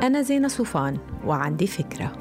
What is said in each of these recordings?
أنا زينة صوفان وعندي فكرة.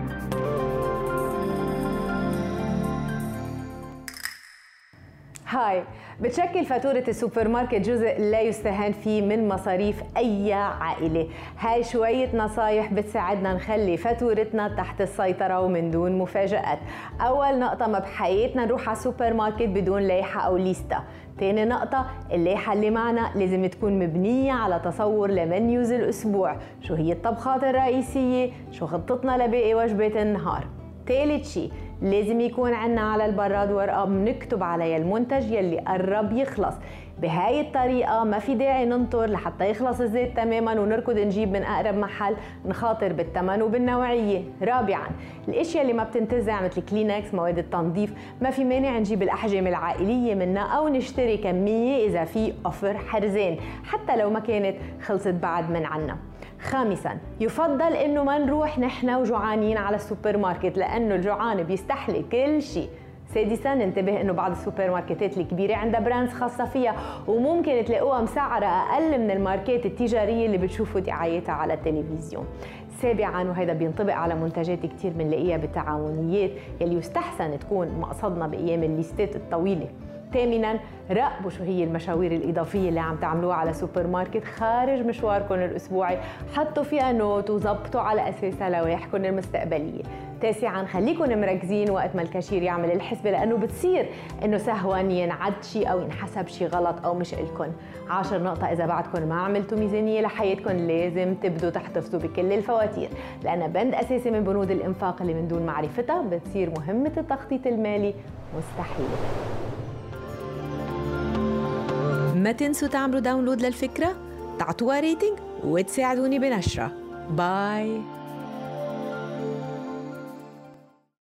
هاي، بتشكل فاتورة السوبر ماركت جزء لا يستهان فيه من مصاريف أي عائلة. هاي شوية نصايح بتساعدنا نخلي فاتورتنا تحت السيطرة ومن دون مفاجآت. أول نقطة، ما بحياتنا نروح على السوبر ماركت بدون لايحة أو ليستا. تاني نقطة، اللايحة اللي معنا لازم تكون مبنية على تصور لمنيوز الأسبوع، شو هي الطبخات الرئيسية، شو خطتنا لباقي وجبات النهار. ثالث شي، لازم يكون عنا على البراد ورقة بنكتب عليها المنتج يلي قرب يخلص. بهاي الطريقة ما في داعي ننطر لحتى يخلص الزيت تماما ونركض نجيب من أقرب محل نخاطر بالثمن وبالنوعية. رابعا، الاشياء اللي ما بتنتزع مثل كلينكس، مواد التنظيف، ما في مانع نجيب الأحجام العائلية منها أو نشتري كمية إذا في أوفر حرزين حتى لو ما كانت خلصت بعد من عنا. خامساً، يفضل إنه ما نروح نحن وجوعانين على السوبر ماركت لأنه الجوعان بيستحلي كل شيء. سادساً، انتبه إنه بعض السوبر ماركتات الكبيرة عندها براندز خاصة فيها وممكن تلاقوها مسعرة أقل من الماركات التجارية اللي بتشوفوا دعايتها على التلفزيون. سابعاً، وهذا بينطبق على منتجات كتير بنلاقيها بالتعاونيات يلي يستحسن تكون مقصدنا بأيام الليستات الطويلة. ثامناً، راقبوا شو هي المشاوير الإضافية اللي عم تعملوها على سوبر ماركت خارج مشواركم الأسبوعي، حطوا فيها نوت وظبطوا على أساسها لوائحكم المستقبلية. تاسعاً، خليكم مركزين وقت ما الكاشير يعمل الحسبة لأنه بتصير إنه سهواً ينعد شيء أو ينحسب شيء غلط أو مش إلكن. 10 نقطة، إذا بعدكم ما عملتوا ميزانية لحياتكم لازم تبدوا تحتفظوا بكل الفواتير لأنها بند أساسي من بنود الإنفاق اللي من دون معرفتها بتصير مهمة التخطيط المالي مستحيلة. ما تنسوا تعملوا داونلود للفكرة، تعطوها ريتنج وتساعدوني بنشرة. باي.